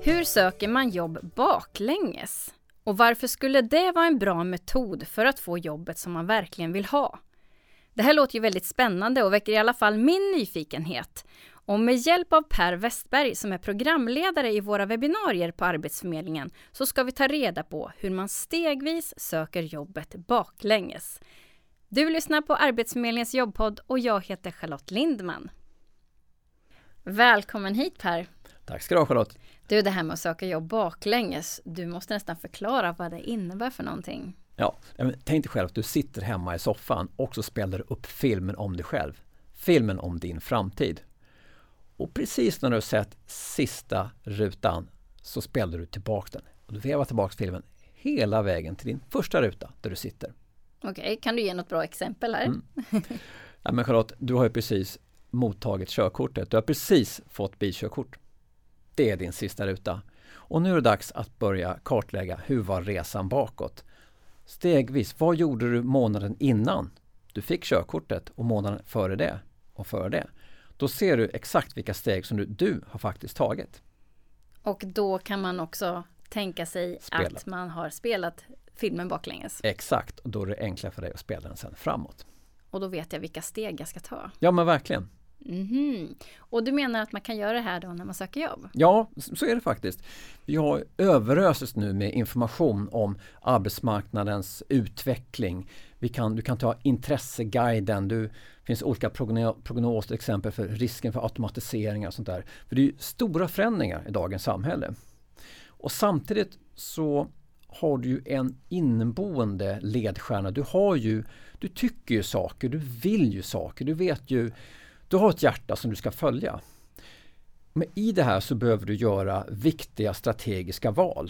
Hur söker man jobb baklänges? Och varför skulle det vara en bra metod för att få jobbet som man verkligen vill ha? Det här låter ju väldigt spännande och väcker i alla fall min nyfikenhet. Och med hjälp av Per Westberg som är programledare i våra webbinarier på Arbetsförmedlingen så ska vi ta reda på hur man stegvis söker jobbet baklänges. Du lyssnar på Arbetsförmedlingens jobbpodd och jag heter Charlotte Lindman. Välkommen hit Per. Tack ska du ha Charlotte. Du, det här med att söka jobb baklänges, du måste nästan förklara vad det innebär för någonting. Ja, tänk dig själv att du sitter hemma i soffan och så spelar du upp filmen om dig själv. Filmen om din framtid. Och precis när du har sett sista rutan så spelar du tillbaka den. Och du vevar tillbaka filmen hela vägen till din första ruta där du sitter. Okej, kan du ge något bra exempel här? Ja, men Charlotte, du har ju precis mottagit körkortet. Du har precis fått bilkörkort. Det är din sista ruta. Och nu är det dags att börja kartlägga hur var resan bakåt. Stegvis, vad gjorde du månaden innan du fick körkortet och månaden före det och före det? Då ser du exakt vilka steg som du har faktiskt tagit. Och då kan man också tänka sig att man har spelat filmen baklänges. Exakt, och då är det enklare för dig att spela den sen framåt. Och då vet jag vilka steg jag ska ta. Ja, men verkligen. Och du menar att man kan göra det här då när man söker jobb? Ja, så är det faktiskt. Vi har överöses nu med information om arbetsmarknadens utveckling. Du kan ta intresseguiden. Det finns olika prognoser, exempel för risken för automatiseringar och sånt där. För det är ju stora förändringar i dagens samhälle. Och samtidigt så har du ju en inneboende ledstjärna. Du tycker ju saker, du vill ju saker, du vet ju. Du har ett hjärta som du ska följa. Men i det här så behöver du göra viktiga strategiska val.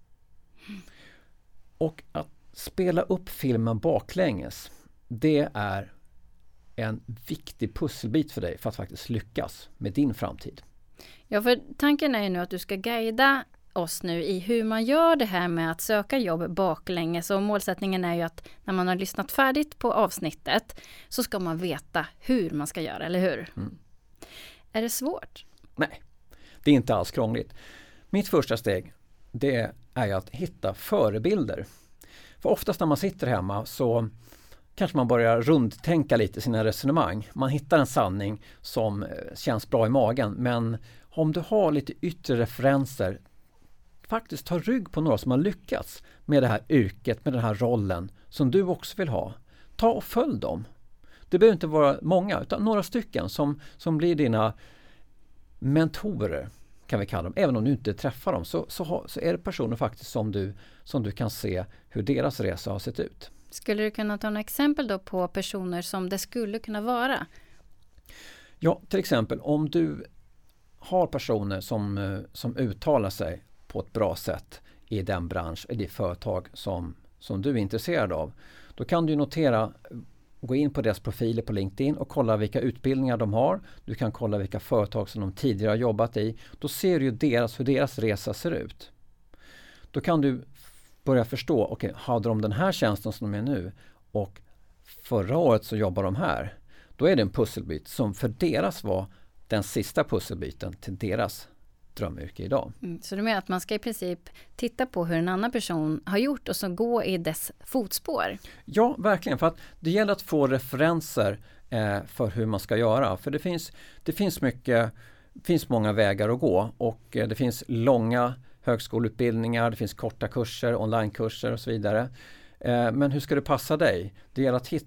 Och att spela upp filmen baklänges, det är en viktig pusselbit för dig för att faktiskt lyckas med din framtid. Ja, för tanken är ju nu att du ska guida oss nu i hur man gör det här med att söka jobb baklänges, och målsättningen är ju att när man har lyssnat färdigt på avsnittet så ska man veta hur man ska göra, eller hur? Är det svårt? Nej, det är inte alls krångligt. Mitt första steg, det är att hitta förebilder. För oftast när man sitter hemma så kanske man börjar rundtänka lite sina resonemang. Man hittar en sanning som känns bra i magen, men om du har lite yttre referenser, faktiskt ta rygg på några som har lyckats med det här yrket, med den här rollen som du också vill ha. Ta och följ dem. Det behöver inte vara många, utan några stycken som blir dina mentorer, kan vi kalla dem. Även om du inte träffar dem så är det personer faktiskt som du kan se hur deras resa har sett ut. Skulle du kunna ta några exempel då på personer som det skulle kunna vara? Ja, till exempel om du har personer som uttalar sig på ett bra sätt i den bransch, i det företag som du är intresserad av. Då kan du notera, gå in på deras profiler på LinkedIn och kolla vilka utbildningar de har. Du kan kolla vilka företag som de tidigare har jobbat i. Då ser du hur deras resa ser ut. Då kan du börja förstå, okej, hade de den här tjänsten som de är nu och förra året så jobbar de här. Då är det en pusselbit som för deras var den sista pusselbiten till deras drömyrke idag. Så du menar att man ska i princip titta på hur en annan person har gjort och så gå i dess fotspår? Ja, verkligen. För att det gäller att få referenser för hur man ska göra. För det finns många vägar att gå, och det finns långa högskoleutbildningar, det finns korta kurser, onlinekurser och så vidare. Men hur ska det passa dig? Det gäller att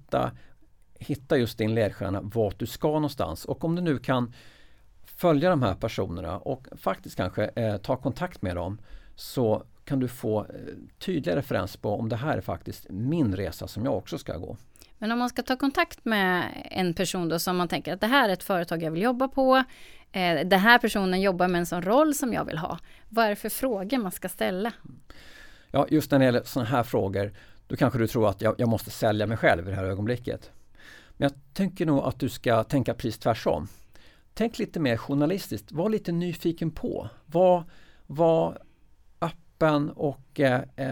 hitta just din ledstjärna, vart du ska någonstans. Och om du nu kan följa de här personerna och faktiskt kanske ta kontakt med dem, så kan du få tydliga referens på om det här är faktiskt min resa som jag också ska gå. Men om man ska ta kontakt med en person då som man tänker att det här är ett företag jag vill jobba på, den här personen jobbar med en sån roll som jag vill ha. Vad är det för frågor man ska ställa? Ja, just när det gäller sådana här frågor, då kanske du tror att jag måste sälja mig själv i det här ögonblicket. Men jag tänker nog att du ska tänka precis tvärtom. Tänk lite mer journalistiskt. Var lite nyfiken på. Var öppen och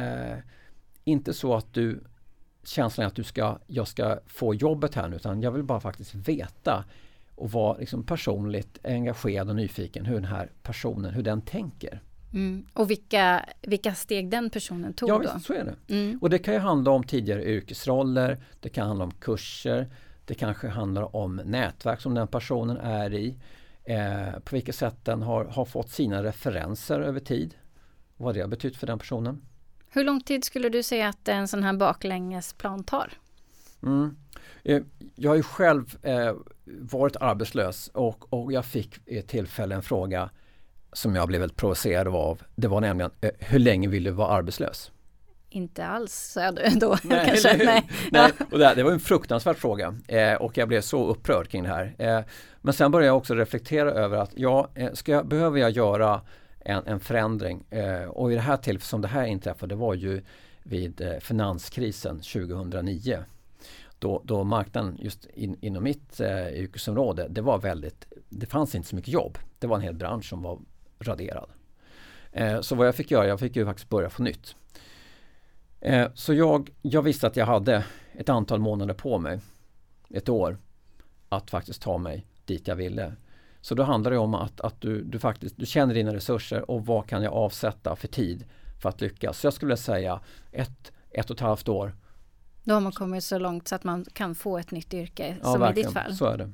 inte så att du känslan att jag ska få jobbet här nu, utan jag vill bara faktiskt veta och vara liksom personligt engagerad och nyfiken hur den här personen, hur den tänker. Och vilka steg den personen tog Ja, då? visst, så är det. Och det kan ju handla om tidigare yrkesroller, det kan handla om kurser, det kanske handlar om nätverk som den personen är i. På vilket sätt den har fått sina referenser över tid. Vad det har betytt för den personen. Hur lång tid skulle du säga att en sån här baklängesplan tar? Jag har ju själv varit arbetslös och jag fick i ett tillfälle en fråga som jag blev väldigt provocerad av. Det var nämligen, hur länge vill du vara arbetslös? Inte alls, sa du då. Nej. Och det var en fruktansvärd fråga och jag blev så upprörd kring det här. Men sen började jag också reflektera över att behöver jag göra en förändring? Och i det här tillfället som det här inträffade, det var ju vid finanskrisen 2009. Då marknaden just inom mitt yrkesområde, det fanns inte så mycket jobb. Det var en hel bransch som var raderad. Så vad jag fick göra, jag fick ju faktiskt börja på nytt. Så jag visste att jag hade ett antal månader på mig, ett år, att faktiskt ta mig dit jag ville. Så då handlar det om att du faktiskt känner dina resurser och vad kan jag avsätta för tid för att lyckas. Så jag skulle säga 1,5 år. Då har man kommit så långt så att man kan få ett nytt yrke, som verkligen. I ditt fall. Så är det.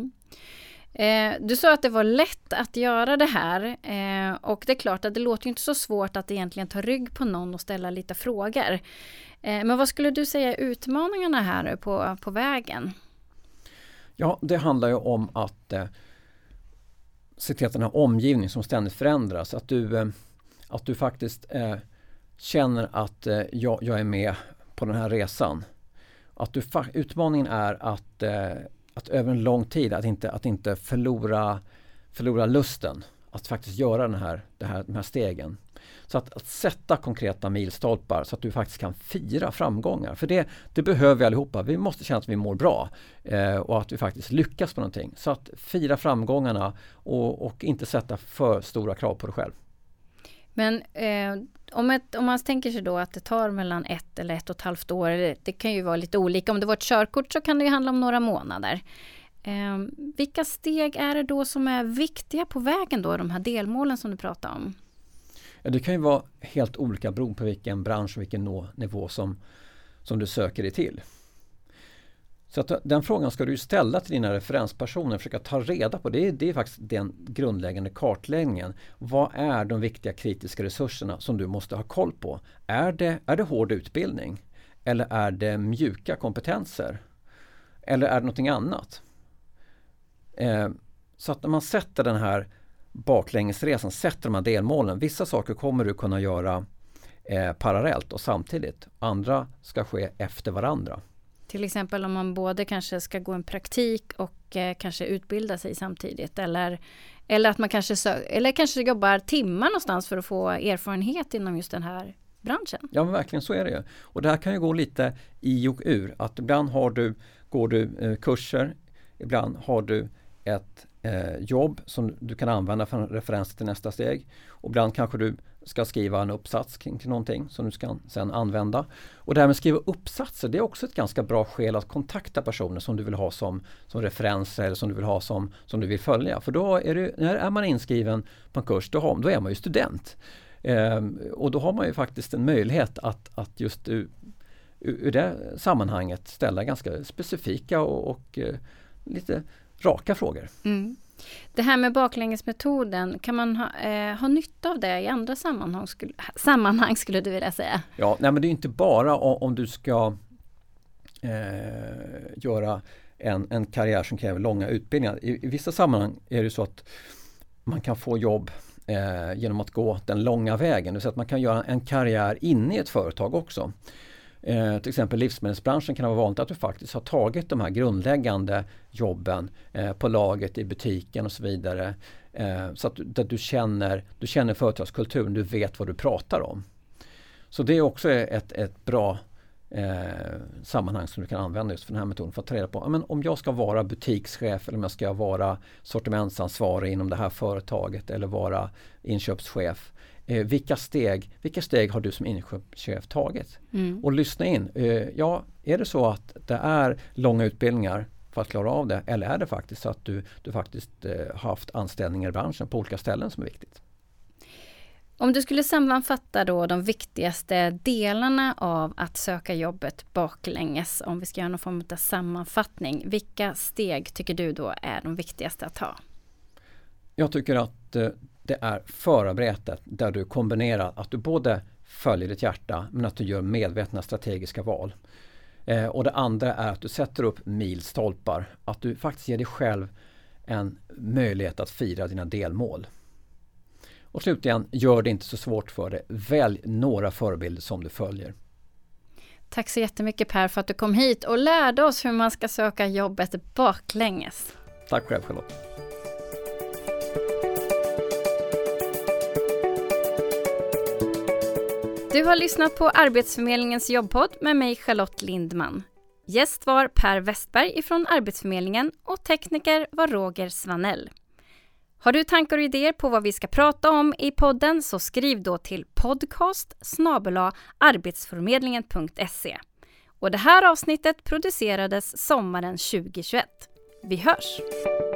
Du sa att det var lätt att göra det här och det är klart att det låter ju inte så svårt att egentligen ta rygg på någon och ställa lite frågor. Men vad skulle du säga är utmaningarna här på vägen? Ja, det handlar ju om att se till att den här omgivningen som ständigt förändras, att du faktiskt känner att jag är med på den här resan. Utmaningen är att över en lång tid att inte förlora lusten att faktiskt göra de här stegen. Så att sätta konkreta milstolpar så att du faktiskt kan fira framgångar. För det behöver vi allihopa. Vi måste känna att vi mår bra och att vi faktiskt lyckas på någonting. Så att fira framgångarna och inte sätta för stora krav på dig själv. Men om man tänker sig då att det tar mellan 1 eller 1,5 år, det kan ju vara lite olika. Om det var ett körkort så kan det ju handla om några månader. Vilka steg är det då som är viktiga på vägen då, de här delmålen som du pratar om? Ja, det kan ju vara helt olika beroende på vilken bransch och vilken nivå som du söker dig till. Så att den frågan ska du ju ställa till dina referenspersoner och försöka ta reda på. Det är faktiskt den grundläggande kartläggningen. Vad är de viktiga kritiska resurserna som du måste ha koll på? Är det hård utbildning? Eller är det mjuka kompetenser? Eller är det någonting annat? Så att när man sätter den här baklängesresan, sätter de här delmålen. Vissa saker kommer du kunna göra parallellt och samtidigt. Andra ska ske efter varandra. Till exempel om man både kanske ska gå en praktik och kanske utbilda sig samtidigt. Eller att man kanske jobbar timmar någonstans för att få erfarenhet inom just den här branschen. Ja, men verkligen så är det ju. Och det här kan ju gå lite i och ur. Att ibland går du kurser, ibland har du ett jobb som du kan använda för en referens till nästa steg. Och ibland kanske du ska skriva en uppsats kring någonting som du ska sen använda. Och det här med att skriva uppsatser, det är också ett ganska bra skäl att kontakta personer som du vill ha som referenser eller som du vill ha som du vill följa. För då när man inskriven på en kurs, då är man ju student. Och då har man ju faktiskt en möjlighet att just ur det sammanhanget ställa ganska specifika och lite raka frågor. Mm. Det här med baklängesmetoden, kan man ha nytta av det i andra sammanhang skulle du vilja säga? Ja, men det är inte bara om du ska göra en karriär som kräver långa utbildningar. I vissa sammanhang är det så att man kan få jobb genom att gå den långa vägen. Det vill säga att man kan göra en karriär inne i ett företag också. Till exempel livsmedelsbranschen kan det vara vanligt att du faktiskt har tagit de här grundläggande jobben på laget i butiken och så vidare. Så att du känner företagskulturen, du vet vad du pratar om. Så det är också ett bra sammanhang som du kan använda just för den här metoden för att ta reda på om jag ska vara butikschef eller om jag ska vara sortimentsansvarig inom det här företaget eller vara inköpschef. Vilka steg har du som inköpschef tagit? Och lyssna in. Är det så att det är långa utbildningar för att klara av det, eller är det faktiskt så att du faktiskt haft anställningar i branschen på olika ställen som är viktigt? Om du skulle sammanfatta då de viktigaste delarna av att söka jobbet baklänges, om vi ska göra någon form av sammanfattning, vilka steg tycker du då är de viktigaste att ta? Jag tycker att det är förarbetet där du kombinerar att du både följer ditt hjärta men att du gör medvetna strategiska val. Och det andra är att du sätter upp milstolpar, att du faktiskt ger dig själv en möjlighet att fira dina delmål. Och slutligen, gör det inte så svårt för dig. Välj några förebilder som du följer. Tack så jättemycket Per för att du kom hit och lärde oss hur man ska söka jobbet baklänges. Tack själv Charlotte. Du har lyssnat på Arbetsförmedlingens jobbpodd med mig Charlotte Lindman. Gäst var Per Westberg ifrån Arbetsförmedlingen och tekniker var Roger Svanell. Har du tankar och idéer på vad vi ska prata om i podden så skriv då till podcast@arbetsförmedlingen.se. Och det här avsnittet producerades sommaren 2021. Vi hörs!